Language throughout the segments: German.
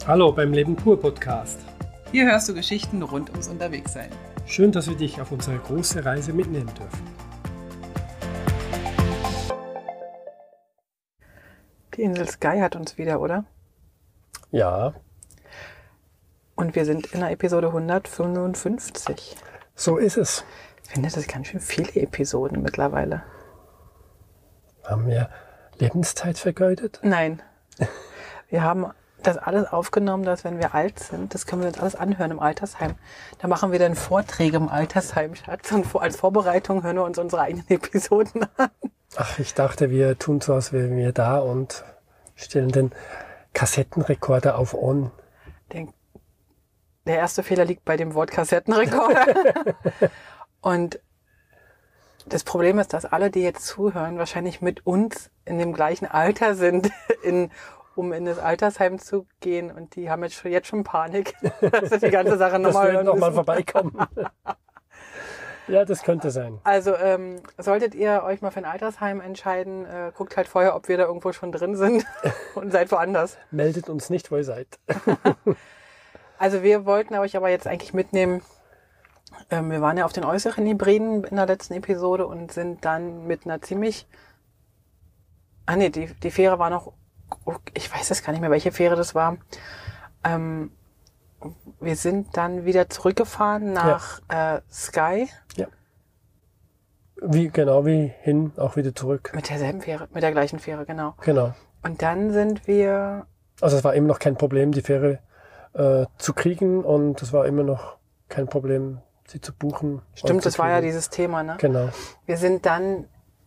Hallo beim Leben pur Podcast. Hier hörst du Geschichten rund ums Unterwegssein. Schön, dass wir dich auf unsere große Reise mitnehmen dürfen. Die Insel Skye hat uns wieder, oder? Ja. Und wir sind in der Episode 155. So ist es. Ich finde, das ist ganz schön viele Episoden mittlerweile. Haben wir Lebenszeit vergeudet? Nein. Wir haben das alles aufgenommen, dass wenn wir alt sind, das können wir uns alles anhören im Altersheim. Da machen wir dann Vorträge im Altersheim, Schatz. Und als Vorbereitung hören wir uns unsere eigenen Episoden an. Ach, ich dachte, wir tun so, als wären wir da und stellen den Kassettenrekorder auf On. Der erste Fehler liegt bei dem Wort Kassettenrekorder. Und das Problem ist, dass alle, die jetzt zuhören, wahrscheinlich mit uns in dem gleichen Alter sind, um in das Altersheim zu gehen. Und die haben jetzt schon Panik, dass sie die ganze Sache nochmal hören müssen. Nochmal vorbeikommen. Ja, das könnte sein. Also solltet ihr euch mal für ein Altersheim entscheiden, guckt halt vorher, ob wir da irgendwo schon drin sind und seid woanders. Meldet uns nicht, wo ihr seid. Also wir wollten euch aber jetzt eigentlich mitnehmen. Wir waren ja auf den äußeren Hebriden in der letzten Episode und sind dann mit einer ziemlich... die Fähre war noch... Ich weiß jetzt gar nicht mehr, welche Fähre das war. Wir sind dann wieder zurückgefahren nach Skye. Ja. Wie hin, auch wieder zurück. Mit derselben Fähre, mit der gleichen Fähre, genau. Genau. Und dann sind wir... Also es war immer noch kein Problem, die Fähre zu kriegen und es war immer noch kein Problem, sie zu buchen. Stimmt, das war ja dieses Thema, ne? Genau. Wir sind dann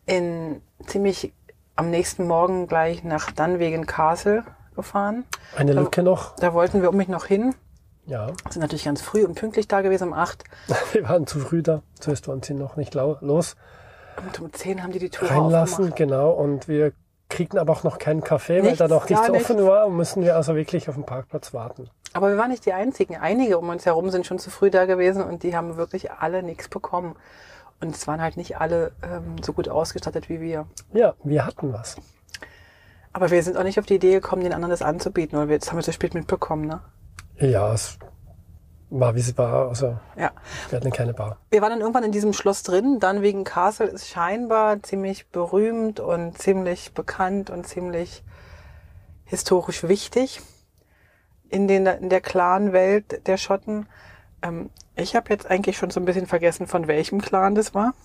am nächsten Morgen gleich nach Dunvegan Castle gefahren. Eine Lücke noch. Da wollten wir unbedingt noch hin. Ja. Sind natürlich ganz früh und pünktlich da gewesen, um 8. Wir waren zu früh da. Zuerst waren sie noch nicht los. Und um 10 haben die Tour reinlassen, aufgemacht. Genau. Und wir kriegten aber auch noch keinen Kaffee, weil da noch nichts offen war. Und mussten wir also wirklich auf dem Parkplatz warten. Aber wir waren nicht die Einzigen. Einige um uns herum sind schon zu früh da gewesen und die haben wirklich alle nichts bekommen. Und es waren halt nicht alle so gut ausgestattet wie wir. Ja, wir hatten was. Aber wir sind auch nicht auf die Idee gekommen, den anderen das anzubieten, weil das haben wir zu spät mitbekommen, ne? Ja, es war, wie es war. Also ja. Wir hatten keine Bar. Wir waren dann irgendwann in diesem Schloss drin. Dunvegan Castle ist scheinbar ziemlich berühmt und ziemlich bekannt und ziemlich historisch wichtig in der Clan-Welt der Schotten. Ich habe jetzt eigentlich schon so ein bisschen vergessen, von welchem Clan das war.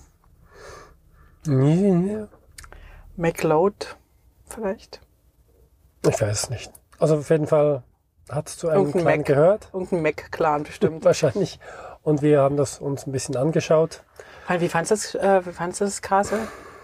Ja. MacLeod vielleicht? Ich weiß es nicht. Also auf jeden Fall hat es zu einem Clan gehört. Irgendein Mac-Clan bestimmt. Wahrscheinlich. Und wir haben das uns ein bisschen angeschaut. Wie fandest du das Castle?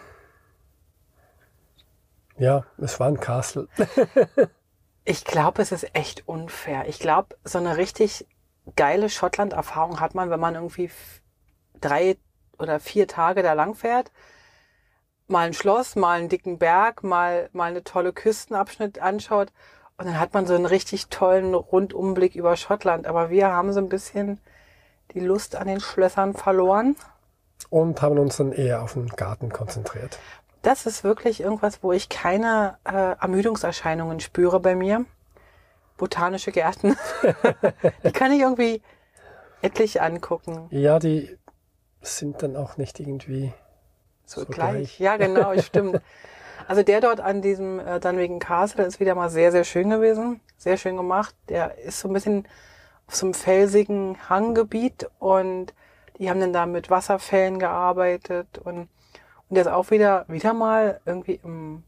Ja, es war ein Castle. Ich glaube, es ist echt unfair. Ich glaube, so eine richtig geile Schottland-Erfahrung hat man, wenn man irgendwie 3 oder 4 Tage da lang fährt. Mal ein Schloss, mal einen dicken Berg, mal eine tolle Küstenabschnitt anschaut. Und dann hat man so einen richtig tollen Rundumblick über Schottland. Aber wir haben so ein bisschen die Lust an den Schlössern verloren. Und haben uns dann eher auf den Garten konzentriert. Das ist wirklich irgendwas, wo ich keine Ermüdungserscheinungen spüre bei mir. Botanische Gärten. Die kann ich irgendwie etlich angucken. Ja, die sind dann auch nicht irgendwie so gleich. Ja, genau, stimmt. Also der dort an diesem Dunvegan Castle ist wieder mal sehr, sehr schön gewesen. Sehr schön gemacht. Der ist so ein bisschen auf so einem felsigen Hanggebiet und die haben dann da mit Wasserfällen gearbeitet und der ist auch wieder mal irgendwie im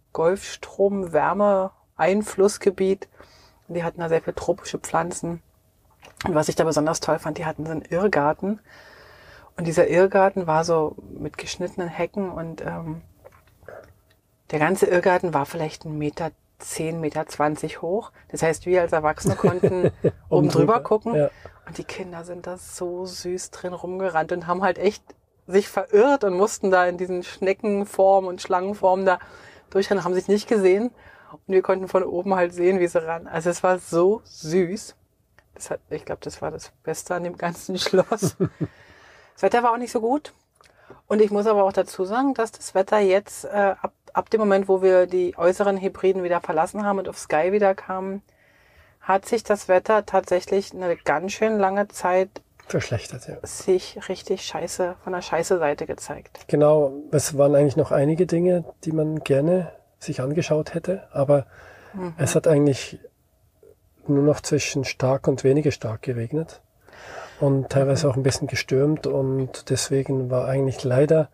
Golfstrom-Wärme-Einflussgebiet. Und die hatten da sehr viele tropische Pflanzen. Und was ich da besonders toll fand, die hatten so einen Irrgarten. Und dieser Irrgarten war so mit geschnittenen Hecken und der ganze Irrgarten war vielleicht 1,10 Meter, 1,20 Meter hoch. Das heißt, wir als Erwachsene konnten oben drüber gucken. Ja. Und die Kinder sind da so süß drin rumgerannt und haben halt echt sich verirrt und mussten da in diesen Schneckenformen und Schlangenformen da durchrennen, haben sich nicht gesehen. Und wir konnten von oben halt sehen, wie sie ran. Also es war so süß. Ich glaube, das war das Beste an dem ganzen Schloss. Das Wetter war auch nicht so gut. Und ich muss aber auch dazu sagen, dass das Wetter jetzt ab dem Moment, wo wir die äußeren Hebriden wieder verlassen haben und auf Skye wieder kamen, hat sich das Wetter tatsächlich eine ganz schön lange Zeit verschlechtert, ja. sich richtig von der scheiße Seite gezeigt. Genau, es waren eigentlich noch einige Dinge, die man gerne sich angeschaut hätte, aber es hat eigentlich nur noch zwischen stark und weniger stark geregnet und teilweise auch ein bisschen gestürmt und deswegen war eigentlich leider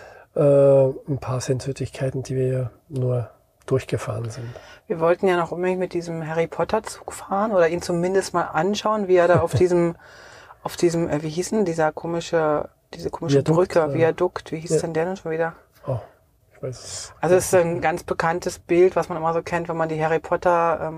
ein paar Sehenswürdigkeiten, die wir nur durchgefahren sind. Wir wollten ja noch unbedingt mit diesem Harry Potter Zug fahren oder ihn zumindest mal anschauen, wie er da auf diesem, wie hieß denn diese komische Brücke, Viadukt, wie hieß denn der denn schon wieder? Oh, ich weiß es. Also es ist ein ganz bekanntes Bild, was man immer so kennt, wenn man den Harry Potter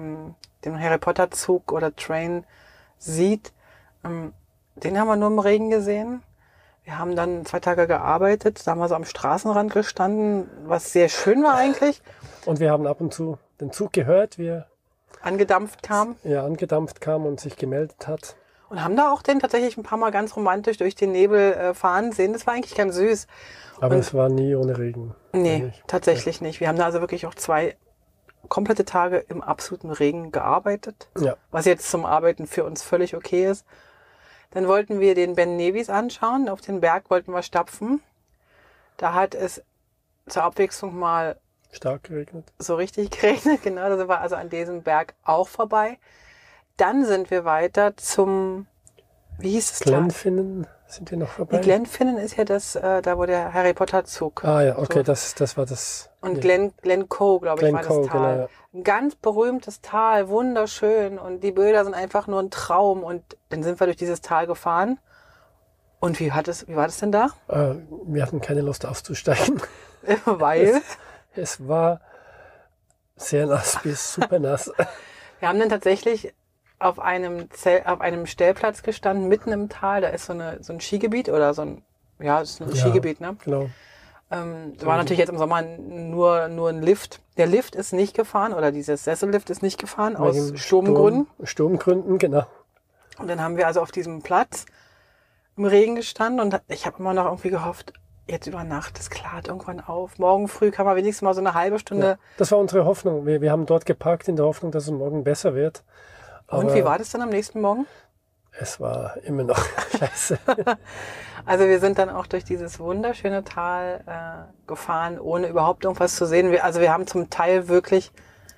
Zug oder Train sieht. Den haben wir nur im Regen gesehen. Wir haben dann 2 Tage gearbeitet, da haben wir so am Straßenrand gestanden, was sehr schön war eigentlich. Und wir haben ab und zu den Zug gehört, wie er angedampft kam und sich gemeldet hat. Und haben da auch den tatsächlich ein paar Mal ganz romantisch durch den Nebel fahren sehen. Das war eigentlich ganz süß. Aber es war nie ohne Regen. Nee, eigentlich. Tatsächlich nicht. Wir haben da also wirklich auch 2 komplette Tage im absoluten Regen gearbeitet. Ja. Was jetzt zum Arbeiten für uns völlig okay ist. Dann wollten wir den Ben Nevis anschauen. Auf den Berg wollten wir stapfen. Da hat es zur Abwechslung mal stark geregnet. So richtig geregnet, genau. Da sind wir also an diesem Berg auch vorbei. Dann sind wir weiter zum, wie hieß es? Glenfinnan sind wir noch vorbei. Die Glenfinnan ist ja das, da wo der Harry Potter Zug. Ah ja, okay, so. das war das. Und Glen Coe, glaube ich, war das Tal. Genau, ja. Ein ganz berühmtes Tal, wunderschön. Und die Bilder sind einfach nur ein Traum. Und dann sind wir durch dieses Tal gefahren. Und wie war das denn da? Wir hatten keine Lust auszusteigen. Weil? Es war sehr nass bis super nass. Wir haben dann tatsächlich auf einem Stellplatz gestanden, mitten im Tal. Da ist so ein Skigebiet oder es ist ein Skigebiet, ne? Genau. War natürlich jetzt im Sommer nur ein Lift. Der Lift ist nicht gefahren oder dieses Sessellift ist nicht gefahren aus Sturmgründen. Sturmgründen, genau. Und dann haben wir also auf diesem Platz im Regen gestanden und ich habe immer noch irgendwie gehofft, jetzt über Nacht, das klart irgendwann auf. Morgen früh kann man wenigstens mal so eine halbe Stunde. Ja, das war unsere Hoffnung. Wir haben dort geparkt in der Hoffnung, dass es morgen besser wird. Und wie war das dann am nächsten Morgen? Es war immer noch scheiße. Also wir sind dann auch durch dieses wunderschöne Tal gefahren, ohne überhaupt irgendwas zu sehen. Wir haben zum Teil wirklich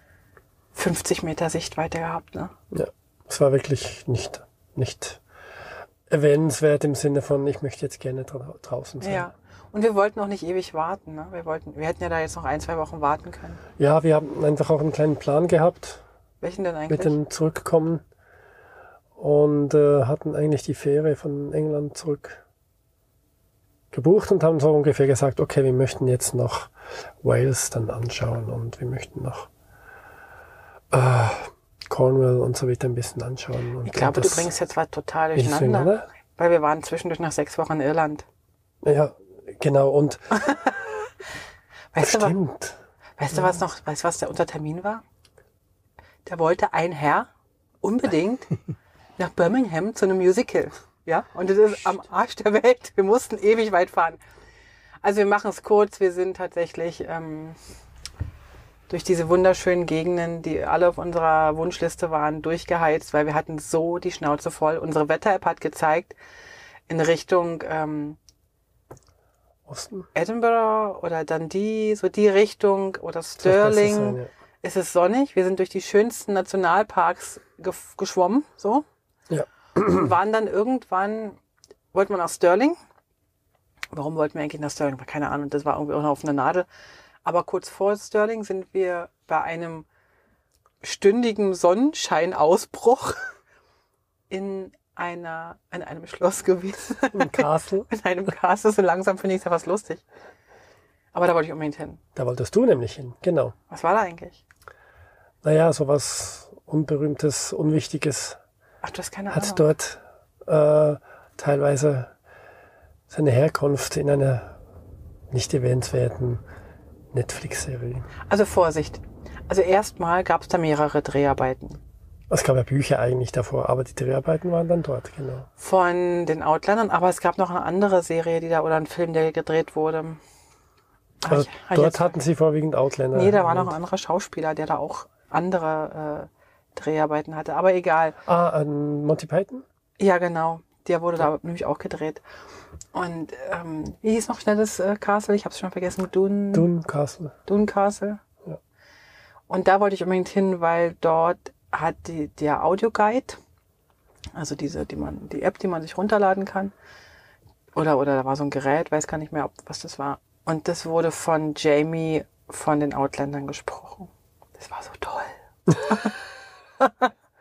50 Meter Sichtweite gehabt. Ne? Ja, es war wirklich nicht erwähnenswert im Sinne von, ich möchte jetzt gerne draußen sein. Ja, und wir wollten auch nicht ewig warten. Ne? Wir hätten ja da jetzt noch 1-2 Wochen warten können. Ja, wir haben einfach auch einen kleinen Plan gehabt. Welchen denn eigentlich? Mit dem Zurückkommen. Und hatten eigentlich die Fähre von England zurück gebucht und haben so ungefähr gesagt, okay, wir möchten jetzt noch Wales dann anschauen und wir möchten noch Cornwall und so weiter ein bisschen anschauen. Und ich glaube, du bringst jetzt was total durcheinander, weil wir waren zwischendurch nach 6 Wochen in Irland. Ja, genau. Und weißt du, was der Untertermin war? Da wollte ein Herr unbedingt nach Birmingham zu einem Musical. Ja, und das ist am Arsch der Welt. Wir mussten ewig weit fahren. Also wir machen es kurz. Wir sind tatsächlich durch diese wunderschönen Gegenden, die alle auf unserer Wunschliste waren, durchgeheizt, weil wir hatten so die Schnauze voll. Unsere Wetter-App hat gezeigt, in Richtung Osten? Edinburgh oder Dundee, so die Richtung, oder Stirling. Es ist sonnig. Wir sind durch die schönsten Nationalparks geschwommen, so. Ja. Und waren dann irgendwann, wollten wir nach Stirling. Warum wollten wir eigentlich nach Stirling? Keine Ahnung, das war irgendwie auch noch auf einer Nadel. Aber kurz vor Stirling sind wir bei einem stündigen Sonnenscheinausbruch in einem Schloss gewesen. Im Castle. In einem Castle. So langsam finde ich es ja fast lustig. Aber da wollte ich unbedingt hin. Da wolltest du nämlich hin, genau. Was war da eigentlich? Naja, sowas Unberühmtes, Unwichtiges. Ach, du hast keine Ahnung. Hat dort teilweise seine Herkunft in einer nicht erwähnenswerten Netflix-Serie. Also Vorsicht. Also erstmal gab es da mehrere Dreharbeiten. Es gab ja Bücher eigentlich davor, aber die Dreharbeiten waren dann dort, genau. Von den Outlandern, aber es gab noch eine andere Serie, oder ein Film, der gedreht wurde. Also dort hatten sie vorwiegend Outlander. Nee, da war noch ein anderer Schauspieler, der da auch andere Dreharbeiten hatte. Aber egal. An Monty Python? Ja, genau. Der wurde da nämlich auch gedreht. Und wie hieß noch schnell das Castle? Ich habe es schon vergessen. Dune Castle. Dune Castle. Ja. Und da wollte ich unbedingt hin, weil dort hat der Audioguide, also die App, die man sich runterladen kann, oder da war so ein Gerät, weiß gar nicht mehr, was das war. Und das wurde von Jamie von den Outlandern gesprochen. Das war so toll.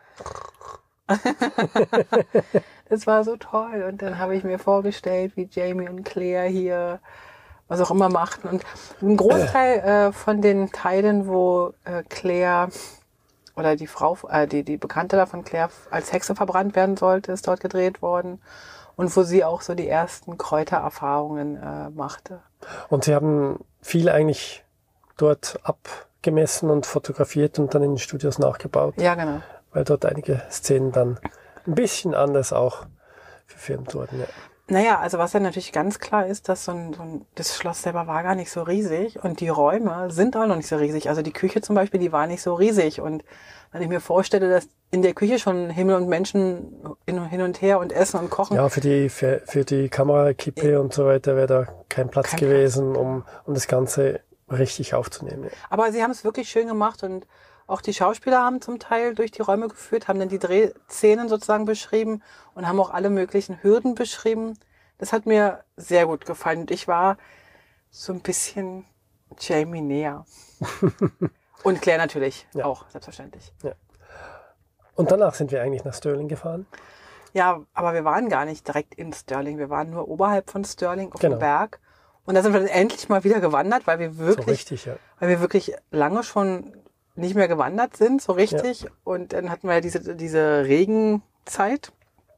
Das war so toll. Und dann habe ich mir vorgestellt, wie Jamie und Claire hier was auch immer machten. Und ein Großteil von den Teilen, wo Claire oder die Frau, die Bekannte da von Claire als Hexe verbrannt werden sollte, ist dort gedreht worden. Und wo sie auch so die ersten Kräutererfahrungen machte. Und Sie haben viel eigentlich dort abgemessen und fotografiert und dann in den Studios nachgebaut. Ja, genau. Weil dort einige Szenen dann ein bisschen anders auch gefilmt wurden. Ja. Naja, also was ja natürlich ganz klar ist, dass das Schloss selber war gar nicht so riesig und die Räume sind auch noch nicht so riesig. Also die Küche zum Beispiel, die war nicht so riesig. Und wenn ich mir vorstelle, dass in der Küche schon Himmel und Menschen hin und her und essen und kochen. Ja, für die Kameraequipe und so weiter wäre da kein Platz gewesen, um das Ganze richtig aufzunehmen. Ja. Aber sie haben es wirklich schön gemacht und auch die Schauspieler haben zum Teil durch die Räume geführt, haben dann die Drehszenen sozusagen beschrieben und haben auch alle möglichen Hürden beschrieben. Das hat mir sehr gut gefallen und ich war so ein bisschen Jamie näher. Und Claire natürlich auch, selbstverständlich. Ja. Und danach sind wir eigentlich nach Stirling gefahren? Ja, aber wir waren gar nicht direkt in Stirling. Wir waren nur oberhalb von Stirling auf dem Berg. Und da sind wir dann endlich mal wieder gewandert, weil wir wirklich lange schon nicht mehr gewandert sind, so richtig. Ja. Und dann hatten wir ja diese Regenzeit.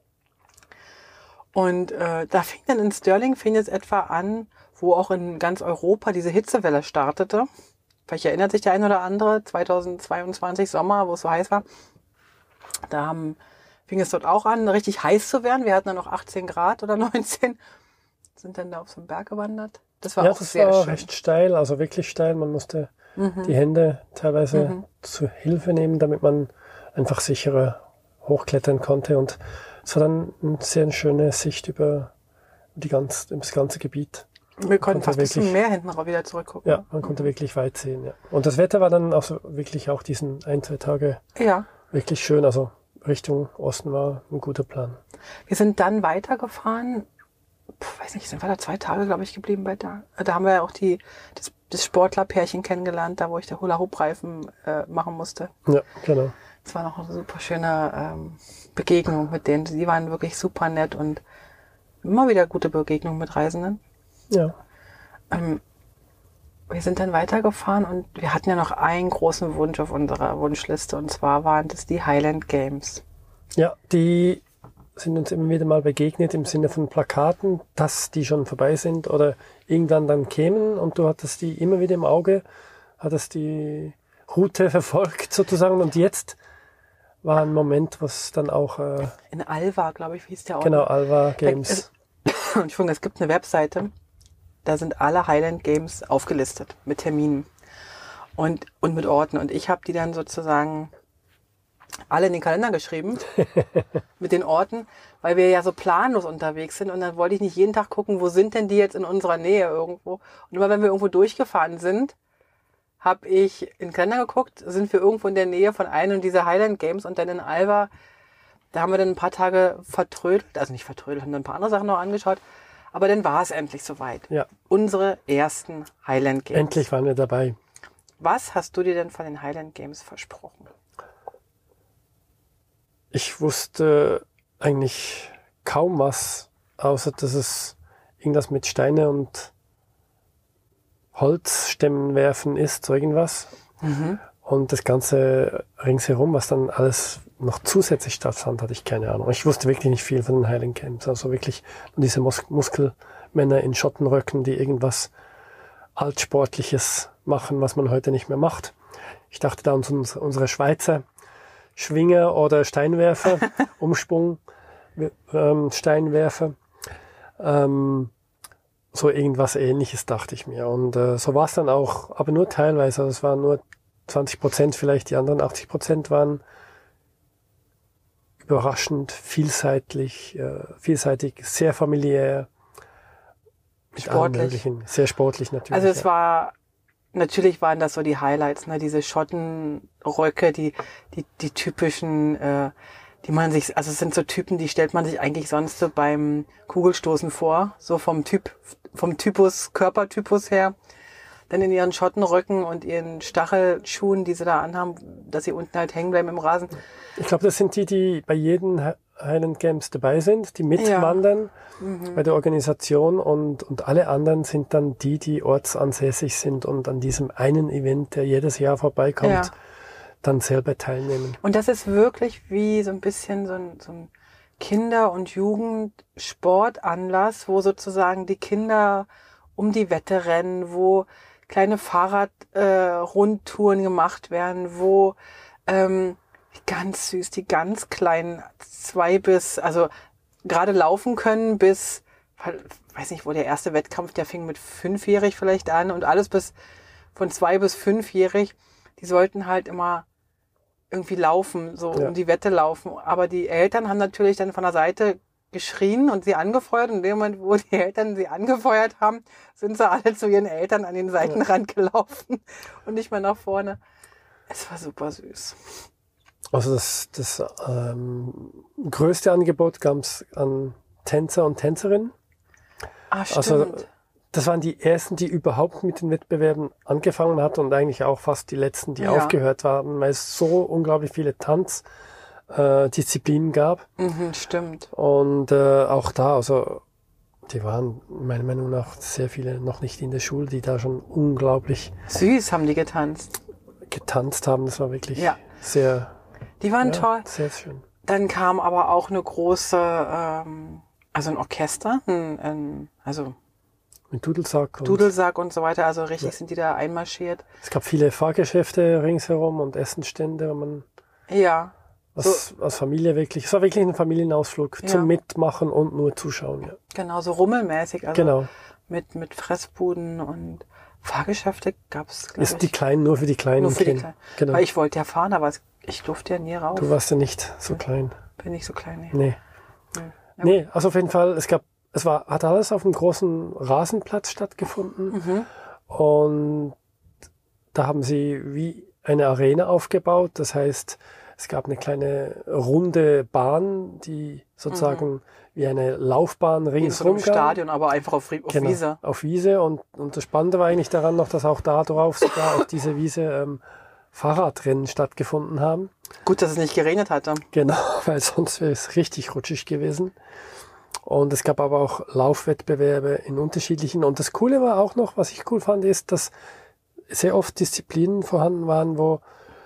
Und da fing dann in Stirling jetzt etwa an, wo auch in ganz Europa diese Hitzewelle startete. Vielleicht erinnert sich der ein oder andere, 2022 Sommer, wo es so heiß war. Da fing es dort auch an, richtig heiß zu werden. Wir hatten dann noch 18 Grad oder 19. Sind dann da auf so einen Berg gewandert. Das war auch sehr schön. Das war recht steil, also wirklich steil. Man musste die Hände teilweise zu Hilfe nehmen, damit man einfach sicherer hochklettern konnte. Und es war dann eine sehr schöne Sicht über das ganze Gebiet. Wir konnten fast bis zum Meer hinten auch wieder zurückgucken. Ja, man konnte wirklich weit sehen. Ja. Und das Wetter war dann auch wirklich auch diesen 1-2 Tage wirklich schön. Also Richtung Osten war ein guter Plan. Wir sind dann weitergefahren. Weiß nicht, sind wir da 2 Tage, glaube ich, geblieben Da haben wir ja auch das Sportlerpärchen kennengelernt, da wo ich der Hula-Hoop-Reifen machen musste. Ja, genau. Es war noch eine super schöne Begegnung mit denen. Die waren wirklich super nett und immer wieder gute Begegnungen mit Reisenden. Ja. Wir sind dann weitergefahren und wir hatten ja noch einen großen Wunsch auf unserer Wunschliste und zwar waren das die Highland Games. Ja, die sind uns immer wieder mal begegnet im Sinne von Plakaten, dass die schon vorbei sind oder irgendwann dann kämen und du hattest die immer wieder im Auge, hattest die Route verfolgt sozusagen und jetzt war ein Moment, was dann auch... in Alva, glaube ich, hieß der auch. Genau, Alva Games. Entschuldigung, es gibt eine Webseite, da sind alle Highland Games aufgelistet mit Terminen und mit Orten und ich habe die dann sozusagen alle in den Kalender geschrieben mit den Orten, weil wir ja so planlos unterwegs sind und dann wollte ich nicht jeden Tag gucken, wo sind denn die jetzt in unserer Nähe irgendwo. Und immer wenn wir irgendwo durchgefahren sind, habe ich in den Kalender geguckt, sind wir irgendwo in der Nähe von einem dieser Highland Games und dann in Alva, da haben wir dann ein paar Tage vertrödelt, also nicht vertrödelt, haben dann ein paar andere Sachen noch angeschaut, aber dann war es endlich soweit. Ja. Unsere ersten Highland Games. Endlich waren wir dabei. Was hast du dir denn von den Highland Games versprochen? Ich wusste eigentlich kaum was, außer dass es irgendwas mit Steine und Holzstämmen werfen ist, so irgendwas. Und das Ganze ringsherum, was dann alles noch zusätzlich stattfand, hatte ich keine Ahnung. Ich wusste wirklich nicht viel von den Highland Games. Also wirklich nur diese Muskelmänner in Schottenröcken, die irgendwas Altsportliches machen, was man heute nicht mehr macht. Ich dachte da an unsere Schweizer Schwinger oder Steinwerfer, Umschwung, Steinwerfer. So irgendwas Ähnliches dachte ich mir. Und so war es dann auch, aber nur teilweise. Also es waren nur 20% vielleicht, die anderen 80% waren überraschend vielseitig, sehr familiär. Mit allem Möglichen. Sehr sportlich natürlich. Also natürlich waren das so die Highlights, ne? Diese Schottenröcke, die typischen, die man sich, also es sind so Typen, die stellt man sich eigentlich sonst so beim Kugelstoßen vor, so vom Körpertypus her. Dann in ihren Schottenröcken und ihren Stachelschuhen, die sie da anhaben, dass sie unten halt hängen bleiben im Rasen. Ich glaube, das sind die bei jedem Highland Games dabei sind, die mitwandern bei der Organisation und alle anderen sind dann die ortsansässig sind und an diesem einen Event, der jedes Jahr vorbeikommt, dann selber teilnehmen. Und das ist wirklich wie so ein bisschen so ein Kinder- und Jugendsportanlass, wo sozusagen die Kinder um die Wette rennen, wo kleine Fahrradrundtouren gemacht werden, wo ganz süß, die ganz kleinen also gerade laufen können bis, weiß nicht, wo der erste Wettkampf, der fing mit 5-jährig vielleicht an und alles von 2 bis 5-jährig, die sollten halt immer irgendwie laufen, so um die Wette laufen. Aber die Eltern haben natürlich dann von der Seite geschrien und sie angefeuert. Und in dem Moment, wo die Eltern sie angefeuert haben, sind sie alle zu ihren Eltern an den Seitenrand gelaufen und nicht mehr nach vorne. Es war super süß. Also das größte Angebot gab es an Tänzer und Tänzerinnen. Ah, stimmt. Also das waren die ersten, die überhaupt mit den Wettbewerben angefangen hatten und eigentlich auch fast die letzten, die aufgehört haben, weil es so unglaublich viele Tanzdisziplinen gab. Stimmt. Und auch da, also die waren meiner Meinung nach sehr viele noch nicht in der Schule, die da schon unglaublich süß haben die getanzt haben. Das war wirklich sehr... Die waren toll. Sehr schön. Dann kam aber auch eine große, also ein Orchester, also mit Dudelsack und so weiter, also richtig sind die da einmarschiert. Es gab viele Fahrgeschäfte ringsherum und Essenstände, wo man als Familie wirklich, es war wirklich ein Familienausflug zum Mitmachen und nur Zuschauen. Ja. Genau, so rummelmäßig, also mit Fressbuden und Fahrgeschäfte gab es, glaube ich. Ist die Kleinen, nur für die Kleinen. Nur für die Kleinen. Genau. Weil ich wollte ja fahren, aber ich durfte ja nie rauf. Du warst ja nicht so klein. Bin nicht so klein, Nee, also auf jeden Fall, hat alles auf einem großen Rasenplatz stattgefunden. Und da haben sie wie eine Arena aufgebaut. Das heißt, es gab eine kleine runde Bahn, die sozusagen wie eine Laufbahn ringsherum gab. Im Stadion, aber einfach auf Wiese. Auf Wiese. Und das Spannende war eigentlich daran noch, dass auch da drauf sogar auf dieser Wiese Fahrradrennen stattgefunden haben. Gut, dass es nicht geregnet hatte. Genau, weil sonst wäre es richtig rutschig gewesen. Und es gab aber auch Laufwettbewerbe in unterschiedlichen. Und das Coole war auch noch, was ich cool fand, ist, dass sehr oft Disziplinen vorhanden waren, wo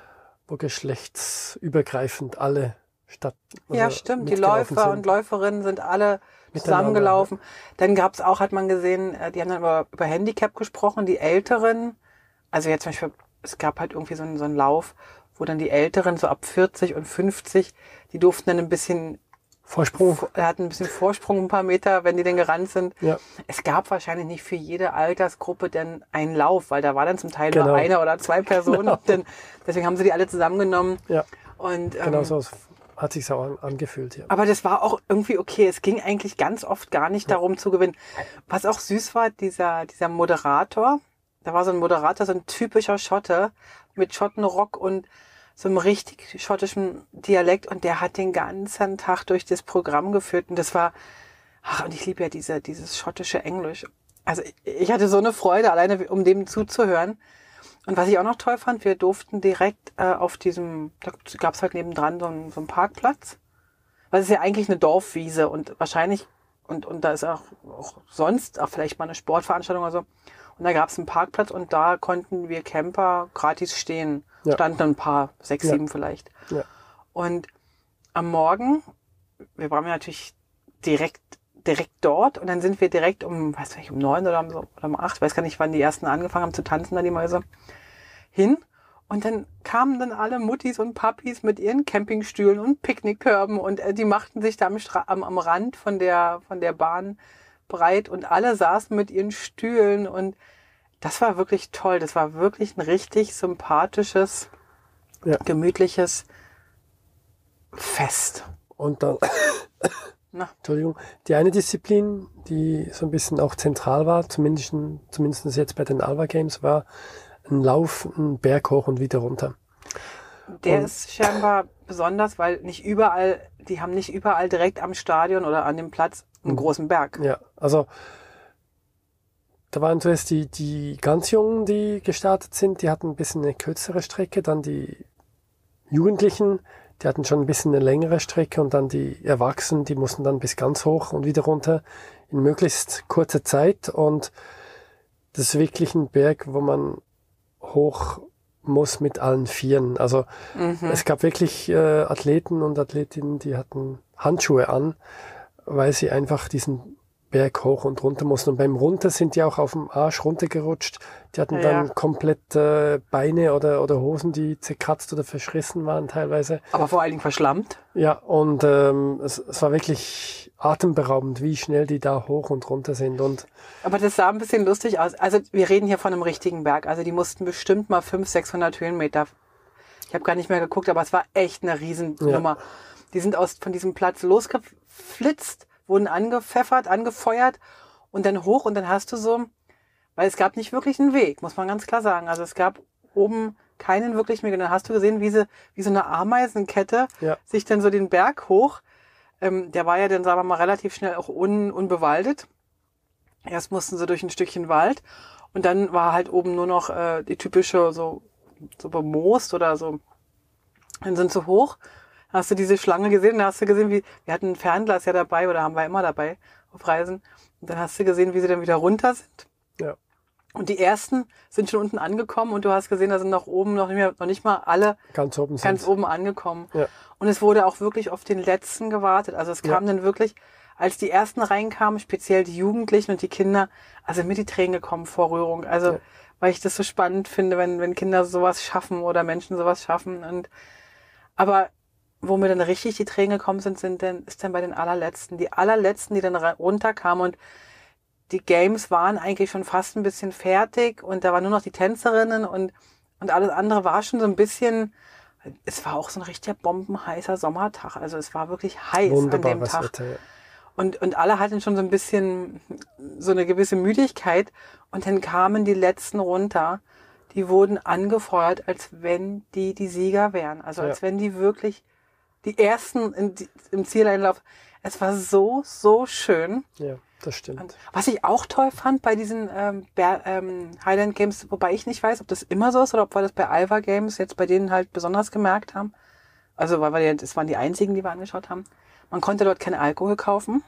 geschlechtsübergreifend alle stimmt. Die Läufer und Läuferinnen sind alle zusammengelaufen. Dann hat man gesehen, die haben dann über Handicap gesprochen, die Älteren. Also jetzt zum Beispiel, es gab halt irgendwie so einen Lauf, wo dann die Älteren so ab 40 und 50, die durften dann ein bisschen hatten ein bisschen Vorsprung, ein paar Meter, wenn die denn gerannt sind. Ja. Es gab wahrscheinlich nicht für jede Altersgruppe denn einen Lauf, weil da war dann zum Teil nur eine oder 2 Personen. Genau. Deswegen haben sie die alle zusammengenommen. Ja. Und, genau so hat sich's auch angefühlt. Ja. Aber das war auch irgendwie okay. Es ging eigentlich ganz oft gar nicht darum zu gewinnen. Was auch süß war, dieser Moderator, da war so ein Moderator, so ein typischer Schotte mit Schottenrock und so einem richtig schottischen Dialekt und der hat den ganzen Tag durch das Programm geführt und das war, und ich liebe ja dieses schottische Englisch. Also ich hatte so eine Freude, alleine um dem zuzuhören. Und was ich auch noch toll fand, wir durften direkt auf diesem, da gab es halt nebendran so einen Parkplatz. Weil es ist ja eigentlich eine Dorfwiese und wahrscheinlich, und da ist auch sonst auch vielleicht mal eine Sportveranstaltung oder so. Und da gab es einen Parkplatz und da konnten wir Camper gratis stehen. Ja. Standen ein paar, 6, 7 vielleicht. Ja. Und am Morgen, wir waren ja natürlich direkt dort und dann sind wir direkt um 9 oder um 8, ich weiß gar nicht, wann die ersten angefangen haben zu tanzen, da die Mäuse, hin. Und dann kamen dann alle Muttis und Papis mit ihren Campingstühlen und Picknickkörben und die machten sich da am Rand von der Bahn breit und alle saßen mit ihren Stühlen und das war wirklich toll. Das war wirklich ein richtig sympathisches, gemütliches Fest. Und dann, Na. Entschuldigung, die eine Disziplin, die so ein bisschen auch zentral war, zumindest jetzt bei den Alva Games, war ein Lauf, einen Berg hoch und wieder runter. Der ist scheinbar besonders, weil die haben nicht überall direkt am Stadion oder an dem Platz einen großen Berg. Ja, also da waren zuerst die ganz Jungen, die gestartet sind, die hatten ein bisschen eine kürzere Strecke, dann die Jugendlichen, die hatten schon ein bisschen eine längere Strecke und dann die Erwachsenen, die mussten dann bis ganz hoch und wieder runter in möglichst kurzer Zeit und das ist wirklich ein Berg, wo man hoch muss mit allen Vieren. Also es gab wirklich Athleten und Athletinnen, die hatten Handschuhe an, weil sie einfach diesen Berg hoch und runter mussten. Und beim Runter sind die auch auf dem Arsch runtergerutscht. Die hatten dann komplett Beine oder Hosen, die zerkratzt oder verschrissen waren teilweise. Aber vor allen Dingen verschlammt. Ja, und es war wirklich atemberaubend, wie schnell die da hoch und runter sind. Aber das sah ein bisschen lustig aus. Also wir reden hier von einem richtigen Berg. Also die mussten bestimmt mal 500-600 Höhenmeter. Ich habe gar nicht mehr geguckt, aber es war echt eine Riesennummer. Ja. Die sind von diesem Platz losgeflitzt, wurden angefeuert und dann hoch und dann hast du so, weil es gab nicht wirklich einen Weg, muss man ganz klar sagen. Also es gab oben keinen wirklichen Weg. Und dann hast du gesehen, wie so eine Ameisenkette sich dann so den Berg hoch, der war ja dann, sagen wir mal, relativ schnell auch unbewaldet. Erst mussten sie durch ein Stückchen Wald und dann war halt oben nur noch die typische so bemoost oder so. Dann sind sie hoch. Hast du diese Schlange gesehen? Und dann hast du gesehen, wir hatten ein Fernglas ja dabei oder haben wir immer dabei auf Reisen. Und dann hast du gesehen, wie sie dann wieder runter sind. Ja. Und die ersten sind schon unten angekommen und du hast gesehen, da sind noch oben noch nicht mal alle ganz oben angekommen. Ja. Und es wurde auch wirklich auf den letzten gewartet. Also es kam dann wirklich, als die ersten reinkamen, speziell die Jugendlichen und die Kinder, also mir die Tränen gekommen vor Rührung. Also weil ich das so spannend finde, wenn Kinder sowas schaffen oder Menschen sowas schaffen. Aber wo mir dann richtig die Tränen gekommen ist dann bei den allerletzten. Die allerletzten, die dann runterkamen und die Games waren eigentlich schon fast ein bisschen fertig und da waren nur noch die Tänzerinnen und alles andere war schon so ein bisschen, es war auch so ein richtiger bombenheißer Sommertag. Also es war wirklich heiß an dem Tag. Wetter, ja. Und alle hatten schon so ein bisschen so eine gewisse Müdigkeit und dann kamen die letzten runter. Die wurden angefeuert, als wenn die Sieger wären. Also als wenn die wirklich die ersten im Zieleinlauf. Es war so, so schön. Ja, das stimmt. Und was ich auch toll fand bei diesen Highland Games, wobei ich nicht weiß, ob das immer so ist oder ob wir das bei Alva Games jetzt bei denen halt besonders gemerkt haben. Also weil das waren die einzigen, die wir angeschaut haben. Man konnte dort keinen Alkohol kaufen.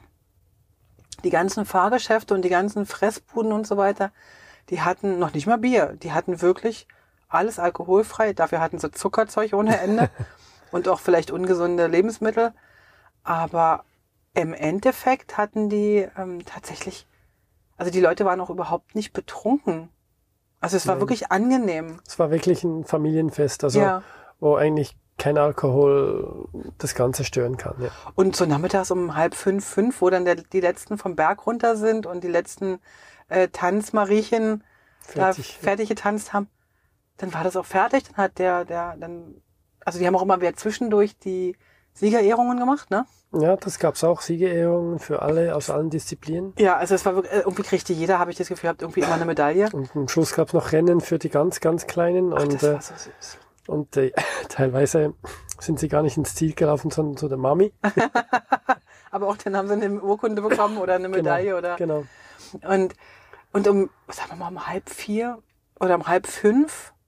Die ganzen Fahrgeschäfte und die ganzen Fressbuden und so weiter, die hatten noch nicht mal Bier. Die hatten wirklich alles alkoholfrei. Dafür hatten sie Zuckerzeug ohne Ende. Und auch vielleicht ungesunde Lebensmittel. Aber im Endeffekt hatten die tatsächlich, also die Leute waren auch überhaupt nicht betrunken. Also es war wirklich angenehm. Es war wirklich ein Familienfest, also wo eigentlich kein Alkohol das Ganze stören kann. Ja. Und so nachmittags um 4:30, 5, wo dann die letzten vom Berg runter sind und die letzten Tanzmariechen fertig getanzt haben, dann war das auch fertig. Dann hat also die haben auch immer wieder zwischendurch die Siegerehrungen gemacht, ne? Ja, das gab's auch, Siegerehrungen für alle, aus allen Disziplinen. Ja, also es war wirklich, irgendwie kriegte jeder, habe ich das Gefühl, hat irgendwie immer eine Medaille. Und am Schluss gab's noch Rennen für die ganz, ganz Kleinen. Ach, das war so süß. Und teilweise sind sie gar nicht ins Ziel gelaufen, sondern zu der Mami. Aber auch dann haben sie eine Urkunde bekommen oder eine Medaille Genau. Und sagen wir mal, um 3:30 oder um 4:30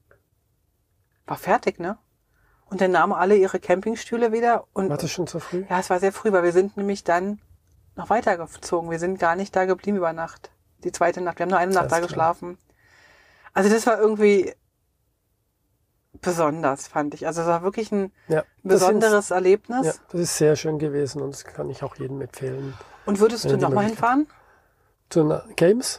war fertig, ne? Und dann nahmen alle ihre Campingstühle wieder. Und war das schon so früh? Ja, es war sehr früh, weil wir sind nämlich dann noch weitergezogen. Wir sind gar nicht da geblieben über Nacht. Die zweite Nacht. Wir haben nur eine Nacht da geschlafen. Also das war irgendwie besonders, fand ich. Also es war wirklich ein besonderes Erlebnis. Ja, das ist sehr schön gewesen und das kann ich auch jedem empfehlen. Und würdest du nochmal hinfahren? Zu den Games?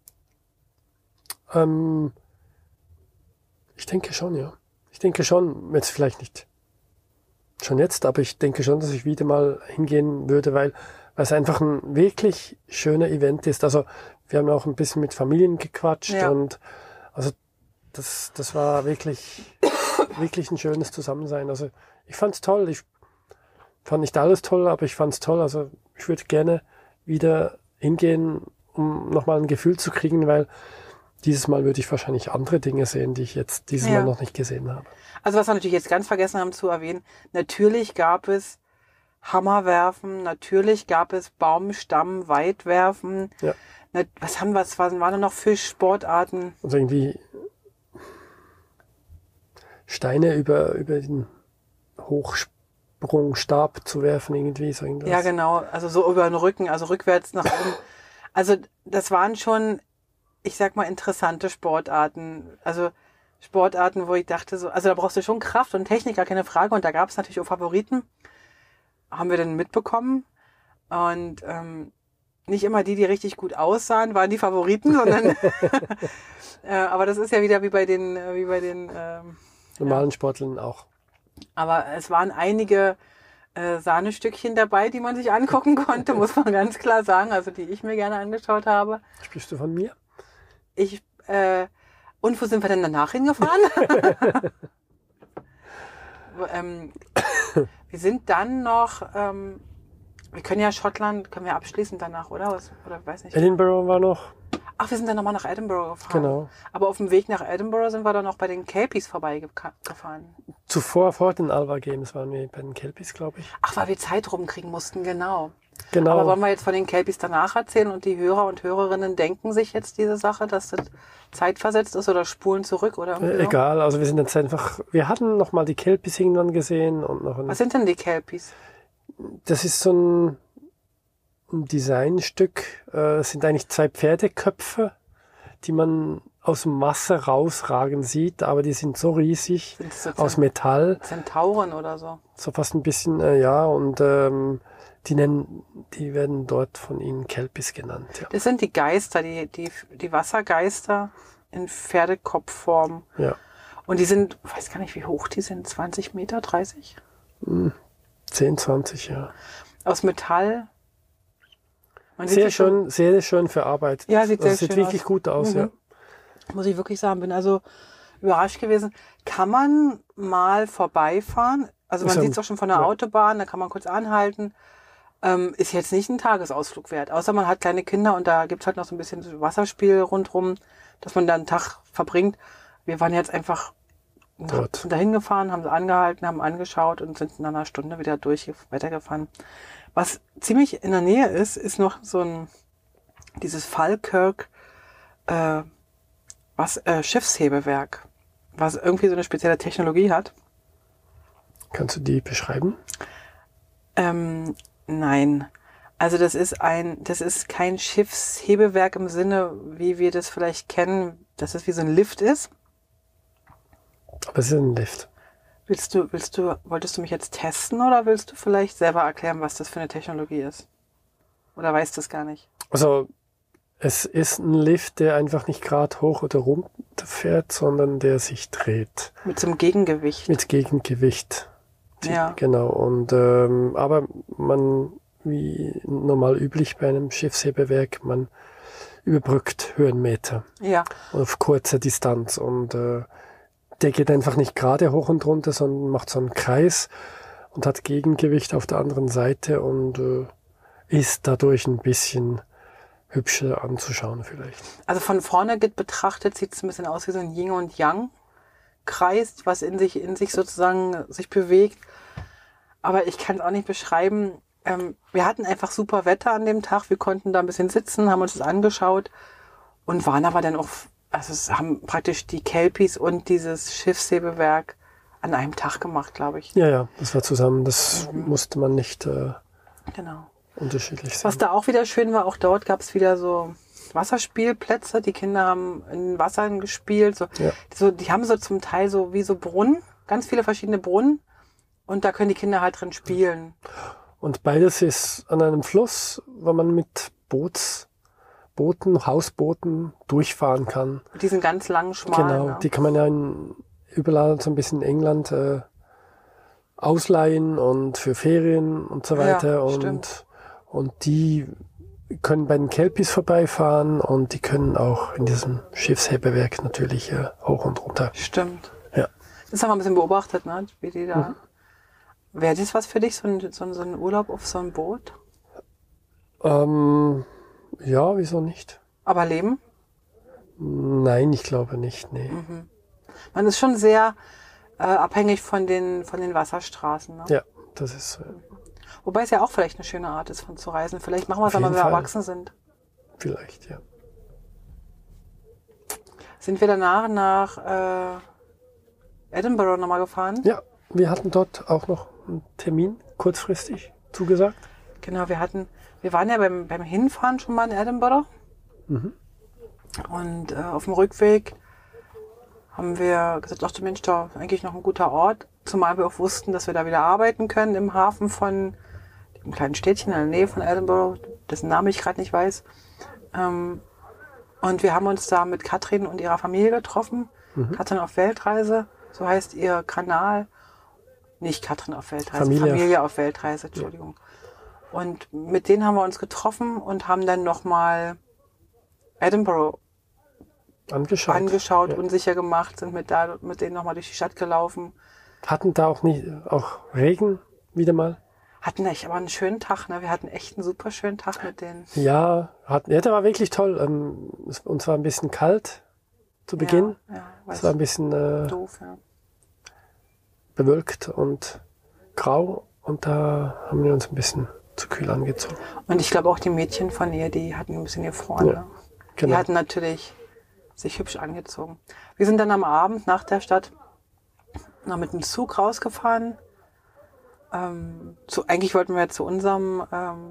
Ich denke schon, ja. Ich denke schon, jetzt vielleicht nicht schon jetzt, aber ich denke schon, dass ich wieder mal hingehen würde, weil es einfach ein wirklich schöner Event ist. Also wir haben auch ein bisschen mit Familien gequatscht und also das war wirklich ein schönes Zusammensein. Also ich fand's toll. fand nicht alles toll, aber ich fand es toll. Also ich würde gerne wieder hingehen, um nochmal ein Gefühl zu kriegen, weil dieses Mal würde ich wahrscheinlich andere Dinge sehen, die ich jetzt dieses Mal noch nicht gesehen habe. Also was wir natürlich jetzt ganz vergessen haben zu erwähnen, natürlich gab es Hammerwerfen, natürlich gab es Baumstamm, Weitwerfen. Ja. Was waren da noch Fischsportarten? Also irgendwie Steine über den Hochsprungstab zu werfen, irgendwie so irgendwas. Ja, genau. Also so über den Rücken, also rückwärts nach oben. Also das waren schon, ich sag mal, interessante Sportarten. Also Sportarten, wo ich dachte, so, also da brauchst du schon Kraft und Technik, gar keine Frage. Und da gab es natürlich auch Favoriten. Haben wir dann mitbekommen. Und nicht immer die richtig gut aussahen, waren die Favoriten, sondern aber das ist ja wieder wie bei den normalen Sportlern auch. Aber es waren einige Sahnestückchen dabei, die man sich angucken konnte, muss man ganz klar sagen, also die ich mir gerne angeschaut habe. Sprichst du von mir? Und wo sind wir denn danach hingefahren? Wir sind dann noch, wir können ja Schottland, können wir abschließen danach, oder weiß nicht. Edinburgh war noch. Ach, wir sind dann nochmal nach Edinburgh gefahren. Genau. Aber auf dem Weg nach Edinburgh sind wir dann noch bei den Kelpies vorbeigefahren. Zuvor, vor den Alva Games waren wir bei den Kelpies, glaube ich. Ach, weil wir Zeit rumkriegen mussten, genau. Genau. Aber wollen wir jetzt von den Kelpies danach erzählen und die Hörer und Hörerinnen denken sich jetzt diese Sache, dass das zeitversetzt ist oder spulen zurück oder irgendwie egal, also wir sind jetzt einfach, wir hatten noch mal die Kelpies irgendwann gesehen und noch Was sind denn die Kelpies? Das ist so ein Designstück, es sind eigentlich 2 Pferdeköpfe, die man aus dem Wasser rausragen sieht, aber die sind so riesig, so aus Metall. Zentauren oder so. So fast ein bisschen, ja, und die werden dort von ihnen Kelpies genannt. Ja. Das sind die Geister, die Wassergeister in Pferdekopfform. Ja. Und die sind, ich weiß gar nicht, wie hoch die sind, 20 Meter, 30? 10, 20, ja. Aus Metall. Sehr schön verarbeitet. Ja, sieht sehr schön sieht wirklich gut aus, ja. Muss ich wirklich sagen, bin also überrascht gewesen. Kann man mal vorbeifahren? Also man sieht es auch schon von der Autobahn, da kann man kurz anhalten. Ist jetzt nicht ein Tagesausflug wert, außer man hat kleine Kinder und da gibt's halt noch so ein bisschen Wasserspiel rundrum, dass man da einen Tag verbringt. Wir waren jetzt einfach dahin gefahren, haben sie angehalten, haben angeschaut und sind in einer Stunde wieder weitergefahren. Was ziemlich in der Nähe ist noch so dieses Falkirk Schiffshebewerk, was irgendwie so eine spezielle Technologie hat. Kannst du die beschreiben? Nein. Also das ist kein Schiffshebewerk im Sinne, wie wir das vielleicht kennen, dass es wie so ein Lift ist. Aber es ist ein Lift. Wolltest du mich jetzt testen oder willst du vielleicht selber erklären, was das für eine Technologie ist? Oder weißt du es gar nicht? Also, es ist ein Lift, der einfach nicht gerade hoch oder runter fährt, sondern der sich dreht. Mit so einem Gegengewicht. Mit Gegengewicht. Ja. Genau. Und, aber wie normal üblich bei einem Schiffshebewerk, man überbrückt Höhenmeter. Ja. Auf kurzer Distanz. Und, der geht einfach nicht gerade hoch und runter, sondern macht so einen Kreis und hat Gegengewicht auf der anderen Seite und ist dadurch ein bisschen hübscher anzuschauen vielleicht. Also von vorne betrachtet sieht es ein bisschen aus wie so ein Yin und Yang Kreis, was in sich sozusagen sich bewegt. Aber ich kann es auch nicht beschreiben. Wir hatten einfach super Wetter an dem Tag. Wir konnten da ein bisschen sitzen, haben uns das angeschaut und waren aber dann auch, also es haben praktisch die Kelpies und dieses Schiffshebewerk an einem Tag gemacht, glaube ich. Ja, das war zusammen. Das musste man nicht genau. unterschiedlich sehen. Was da auch wieder schön war, auch dort gab es wieder so Wasserspielplätze. Die Kinder haben in Wassern gespielt. Die haben so zum Teil so wie so Brunnen, ganz viele verschiedene Brunnen. Und da können die Kinder halt drin spielen. Und beides ist an einem Fluss, wo man mit Hausbooten durchfahren kann. Mit diesen ganz langen, schmalen. Genau, ne? die kann man ja überall so ein bisschen in England ausleihen und für Ferien und so weiter. Ja, und die können bei den Kelpies vorbeifahren und die können auch in diesem Schiffshebewerk natürlich hoch und runter. Stimmt. Ja. Das haben wir ein bisschen beobachtet, ne? Wie die da Wäre das was für dich, so ein Urlaub auf so einem Boot? Ja, wieso nicht? Aber leben? Nein, ich glaube nicht, nee. Man ist schon sehr abhängig von den Wasserstraßen. Ne? Ja, das ist so. Wobei es ja auch vielleicht eine schöne Art ist, von zu reisen. Vielleicht machen wir es, Auf wenn wir jeden Fall. erwachsen sind. Vielleicht, ja. Sind wir danach nach Edinburgh nochmal gefahren? Ja, wir hatten dort auch noch einen Termin kurzfristig zugesagt. Genau, wir waren ja beim Hinfahren schon mal in Edinburgh. Und auf dem Rückweg haben wir gesagt, ach du Mensch, da ist eigentlich noch ein guter Ort. Zumal wir auch wussten, dass wir da wieder arbeiten können im Hafen von dem kleinen Städtchen in der Nähe von Edinburgh, dessen Namen ich gerade nicht weiß. Und wir haben uns da mit Katrin und ihrer Familie getroffen. Katrin auf Weltreise, so heißt ihr Kanal. Nicht Katrin auf Weltreise, Familie auf Weltreise, Entschuldigung. Ja. Und mit denen haben wir uns getroffen und haben dann nochmal Edinburgh angeschaut, ja. Unsicher gemacht, sind mit denen nochmal durch die Stadt gelaufen. Hatten da auch Regen wieder mal? Hatten echt aber einen schönen Tag, ne? Wir hatten echt einen super schönen Tag mit denen. Ja, der war wirklich toll. Uns war ein bisschen kalt zu Beginn. Ja, es war ein bisschen doof, ja. bewölkt und grau und da haben wir uns ein bisschen zu kühl angezogen. Und ich glaube auch die Mädchen von ihr, die hatten ein bisschen gefroren. Ja, ne? Genau. Die hatten natürlich sich hübsch angezogen. Wir sind dann am Abend nach der Stadt noch mit dem Zug rausgefahren. Eigentlich wollten wir zu unserem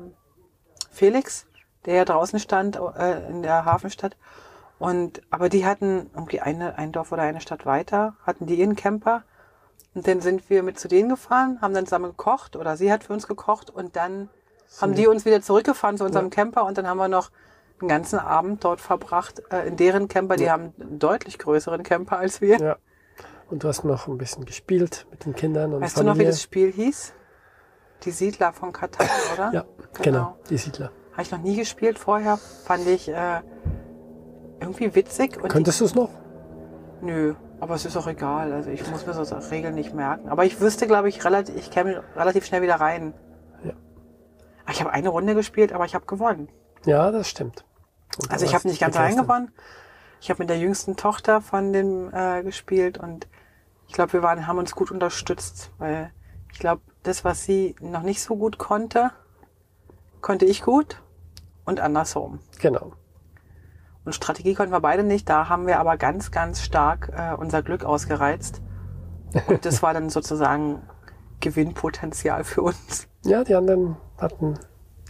Felix, der ja draußen stand in der Hafenstadt. Aber die hatten irgendwie ein Dorf oder eine Stadt weiter, hatten die ihren Camper. Und dann sind wir mit zu denen gefahren, haben dann zusammen gekocht oder sie hat für uns gekocht und dann haben die uns wieder zurückgefahren zu unserem Camper und dann haben wir noch den ganzen Abend dort verbracht in deren Camper. Die haben einen deutlich größeren Camper als wir. Ja. Und du hast noch ein bisschen gespielt mit den Kindern und Weißt Familie. du noch, wie das Spiel hieß? Die Siedler von Katan, oder? Ja, genau, die Siedler. Habe ich noch nie gespielt vorher. Fand ich irgendwie witzig. Und Könntest du es noch? Nö, aber es ist auch egal. Also ich muss mir so Regeln nicht merken. Aber ich wüsste, glaube ich, ich käme relativ schnell wieder rein. Ja. Ich habe eine Runde gespielt, aber ich habe gewonnen. Ja, das stimmt. Also ich habe nicht ganz rein gewonnen. Ich habe mit der jüngsten Tochter von dem gespielt und ich glaube, wir haben uns gut unterstützt, weil ich glaube, das, was sie noch nicht so gut konnte ich gut und andersrum. Genau. Und Strategie konnten wir beide nicht. Da haben wir aber ganz, ganz stark unser Glück ausgereizt. Und das war dann sozusagen Gewinnpotenzial für uns. Ja, die anderen hatten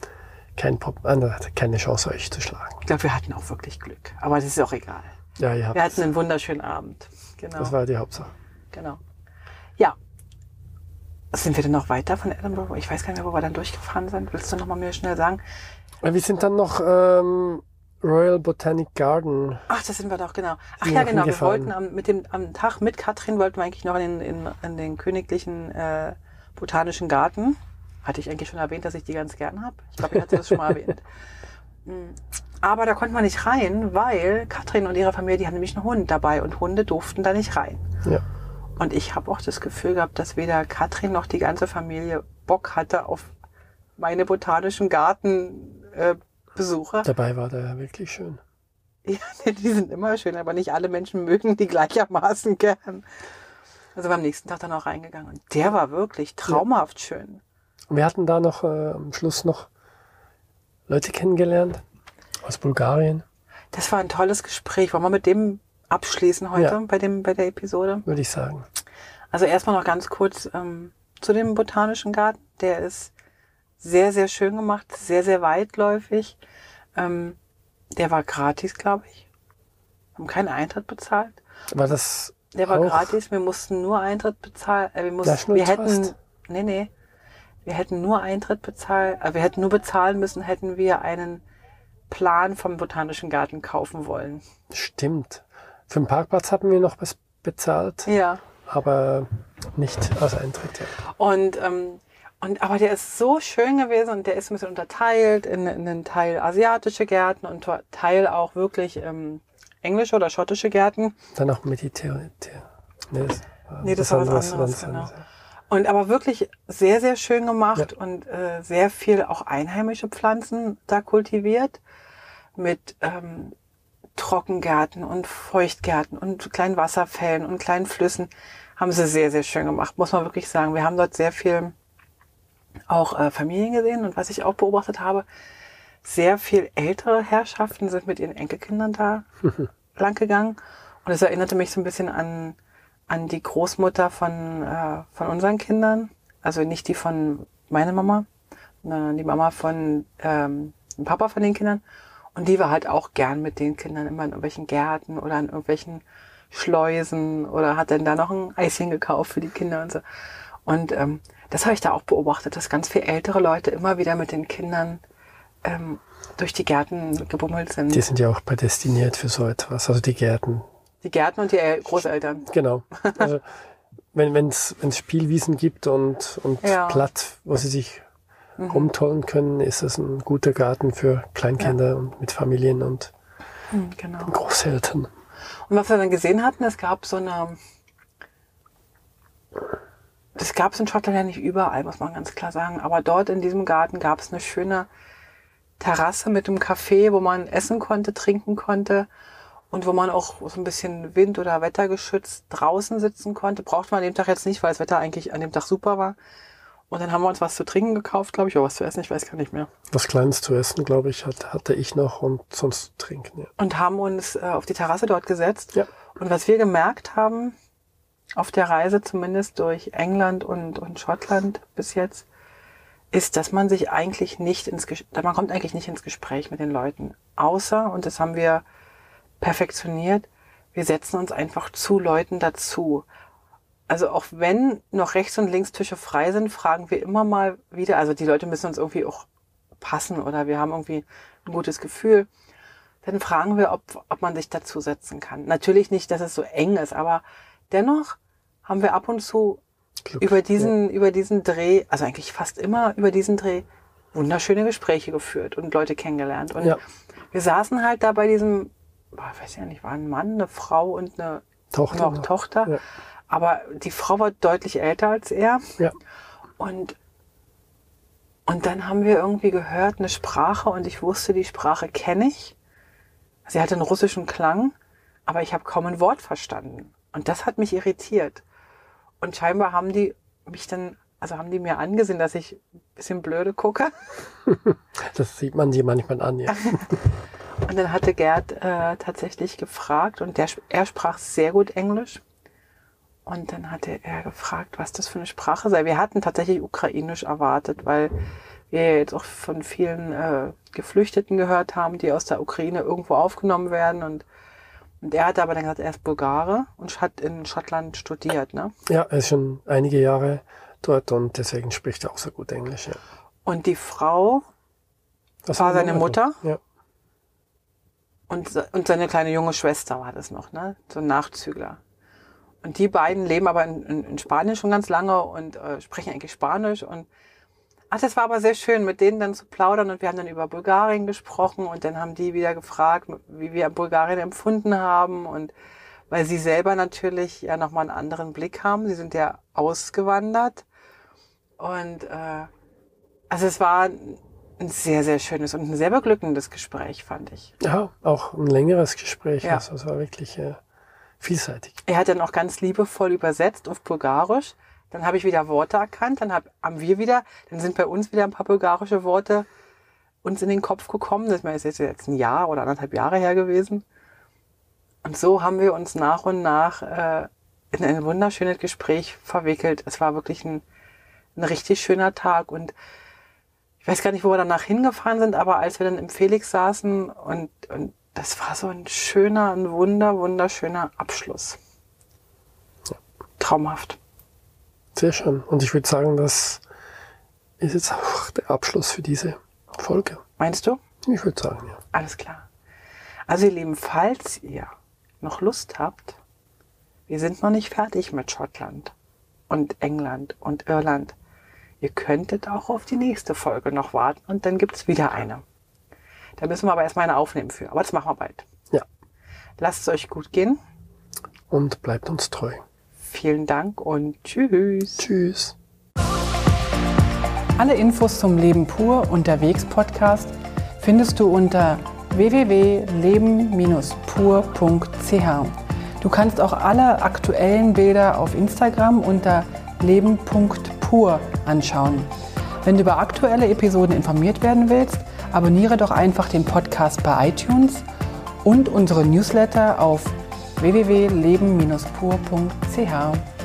keine Chance, euch zu schlagen. Ich glaube, wir hatten auch wirklich Glück. Aber das ist auch egal. Ja, wir hatten einen wunderschönen Abend. Genau. Das war die Hauptsache. Genau. Ja. Sind wir denn noch weiter von Edinburgh? Ich weiß gar nicht mehr, wo wir dann durchgefahren sind. Willst du noch mal mir schnell sagen? Wir sind dann noch Royal Botanic Garden. Ach, das sind wir doch, genau. Ach ja, genau. Wir wollten am Tag mit Katrin wollten wir eigentlich noch in den königlichen botanischen Garten. Hatte ich eigentlich schon erwähnt, dass ich die ganz gern habe. Ich glaube, ich hatte das schon mal erwähnt. Aber da konnten wir nicht rein, weil Katrin und ihre Familie, die haben nämlich einen Hund dabei und Hunde durften da nicht rein. Ja. Und ich habe auch das Gefühl gehabt, dass weder Katrin noch die ganze Familie Bock hatte auf meine botanischen Gartenbesuche. Dabei war der wirklich schön. Ja, die sind immer schön, aber nicht alle Menschen mögen die gleichermaßen gern. Also beim nächsten Tag dann auch reingegangen. Und der war wirklich traumhaft schön. Wir hatten da noch am Schluss noch Leute kennengelernt aus Bulgarien. Das war ein tolles Gespräch. Wollen wir mit dem abschließen heute bei der Episode? Würde ich sagen. Also erstmal noch ganz kurz zu dem Botanischen Garten. Der ist sehr, sehr schön gemacht, sehr, sehr weitläufig. Der war gratis, glaube ich. Haben keinen Eintritt bezahlt. War das Der war gratis, wir mussten nur Eintritt bezahlen. Wir hätten nur Eintritt bezahlt, wir hätten nur bezahlen müssen, hätten wir einen Plan vom Botanischen Garten kaufen wollen. Stimmt. Für den Parkplatz hatten wir noch was bezahlt. Ja. Aber nicht als Eintritt. Ja. Aber der ist so schön gewesen und der ist ein bisschen unterteilt in einen Teil asiatische Gärten und Teil auch wirklich englische oder schottische Gärten. Dann auch Mediterranean. Das war was anderes, genau. Und aber wirklich sehr, sehr schön gemacht Ja. und sehr viel auch einheimische Pflanzen da kultiviert mit Trockengärten und Feuchtgärten und kleinen Wasserfällen und kleinen Flüssen. Haben sie sehr, sehr schön gemacht, muss man wirklich sagen. Wir haben dort sehr viel auch Familien gesehen und was ich auch beobachtet habe, sehr viel ältere Herrschaften sind mit ihren Enkelkindern da lang gegangen. Und es erinnerte mich so ein bisschen an die Großmutter von unseren Kindern. Also nicht die von meiner Mama, sondern die Mama von dem Papa von den Kindern. Und die war halt auch gern mit den Kindern immer in irgendwelchen Gärten oder in irgendwelchen Schleusen oder hat dann da noch ein Eischen gekauft für die Kinder und so. Und das habe ich da auch beobachtet, dass ganz viele ältere Leute immer wieder mit den Kindern durch die Gärten gebummelt sind. Die sind ja auch prädestiniert für so etwas, also die Gärten. Die Gärten und die Großeltern. Genau. Also wenn es Spielwiesen gibt und Platz, wo sie sich rumtollen können, ist es ein guter Garten für Kleinkinder und mit Familien und Genau. Großeltern. Und was wir dann gesehen hatten, das gab es in Schottland ja nicht überall, muss man ganz klar sagen. Aber dort in diesem Garten gab es eine schöne Terrasse mit einem Café, wo man essen konnte, trinken konnte und wo man auch so ein bisschen wind- oder wettergeschützt draußen sitzen konnte. Braucht man an dem Tag jetzt nicht, weil das Wetter eigentlich an dem Tag super war. Und dann haben wir uns was zu trinken gekauft, glaube ich, oder was zu essen, ich weiß gar nicht mehr. Was Kleines zu essen, glaube ich, hatte ich noch und sonst zu trinken. Ja. Und haben uns auf die Terrasse dort gesetzt. Ja. Und was wir gemerkt haben, auf der Reise zumindest durch England und Schottland bis jetzt, ist, dass man sich eigentlich man kommt eigentlich nicht ins Gespräch mit den Leuten. Außer, und das haben wir perfektioniert, wir setzen uns einfach zu Leuten dazu. Also auch wenn noch rechts und links Tische frei sind, fragen wir immer mal wieder, also die Leute müssen uns irgendwie auch passen oder wir haben irgendwie ein gutes Gefühl, dann fragen wir, ob man sich dazusetzen kann. Natürlich nicht, dass es so eng ist, aber dennoch haben wir ab und zu über diesen Dreh, also eigentlich fast immer über diesen Dreh, wunderschöne Gespräche geführt und Leute kennengelernt. Und wir saßen halt da bei diesem, ich weiß ja nicht, war ein Mann, eine Frau und eine Tochter. Ja. Aber die Frau war deutlich älter als er. Ja. Und dann haben wir irgendwie gehört, eine Sprache, und ich wusste, die Sprache kenne ich. Sie hatte einen russischen Klang, aber ich habe kaum ein Wort verstanden. Und das hat mich irritiert. Und scheinbar haben die mir angesehen, dass ich ein bisschen blöde gucke. Das sieht man sie manchmal an, ja. Und dann hatte Gerd tatsächlich gefragt, und er sprach sehr gut Englisch. Und dann hatte er gefragt, was das für eine Sprache sei. Wir hatten tatsächlich Ukrainisch erwartet, weil wir jetzt auch von vielen Geflüchteten gehört haben, die aus der Ukraine irgendwo aufgenommen werden. Und er hat aber dann gesagt, er ist Bulgare und hat in Schottland studiert, ne? Ja, er ist schon einige Jahre dort und deswegen spricht er auch so gut Englisch, ja. Und die Frau war seine Mutter. Ja. Und seine kleine junge Schwester war das noch, ne? So ein Nachzügler. Und die beiden leben aber in Spanien schon ganz lange und sprechen eigentlich Spanisch. Und das war aber sehr schön, mit denen dann zu plaudern. Und wir haben dann über Bulgarien gesprochen und dann haben die wieder gefragt, wie wir Bulgarien empfunden haben. Und weil sie selber natürlich ja nochmal einen anderen Blick haben. Sie sind ja ausgewandert. Und also es war ein sehr, sehr schönes und ein sehr beglückendes Gespräch, fand ich. Ja, auch ein längeres Gespräch. Ja. Also es war wirklich vielseitig. Er hat dann auch ganz liebevoll übersetzt auf Bulgarisch. Dann habe ich wieder Worte erkannt. Dann sind bei uns wieder ein paar bulgarische Worte uns in den Kopf gekommen. Das ist jetzt ein Jahr oder 1,5 Jahre her gewesen. Und so haben wir uns nach und nach in ein wunderschönes Gespräch verwickelt. Es war wirklich ein richtig schöner Tag. Und ich weiß gar nicht, wo wir danach hingefahren sind, aber als wir dann im Felix saßen und das war so ein wunderschöner Abschluss. Ja. Traumhaft. Sehr schön. Und ich würde sagen, das ist jetzt auch der Abschluss für diese Folge. Meinst du? Ich würde sagen, ja. Alles klar. Also ihr Lieben, falls ihr noch Lust habt, wir sind noch nicht fertig mit Schottland und England und Irland. Ihr könntet auch auf die nächste Folge noch warten und dann gibt's wieder eine. Da müssen wir aber erstmal eine aufnehmen für. Aber das machen wir bald. Ja. Lasst es euch gut gehen. Und bleibt uns treu. Vielen Dank und tschüss. Tschüss. Alle Infos zum Leben pur unterwegs Podcast findest du unter www.leben-pur.ch. Du kannst auch alle aktuellen Bilder auf Instagram unter leben.pur anschauen. Wenn du über aktuelle Episoden informiert werden willst, abonniere doch einfach den Podcast bei iTunes und unsere Newsletter auf www.leben-pur.ch.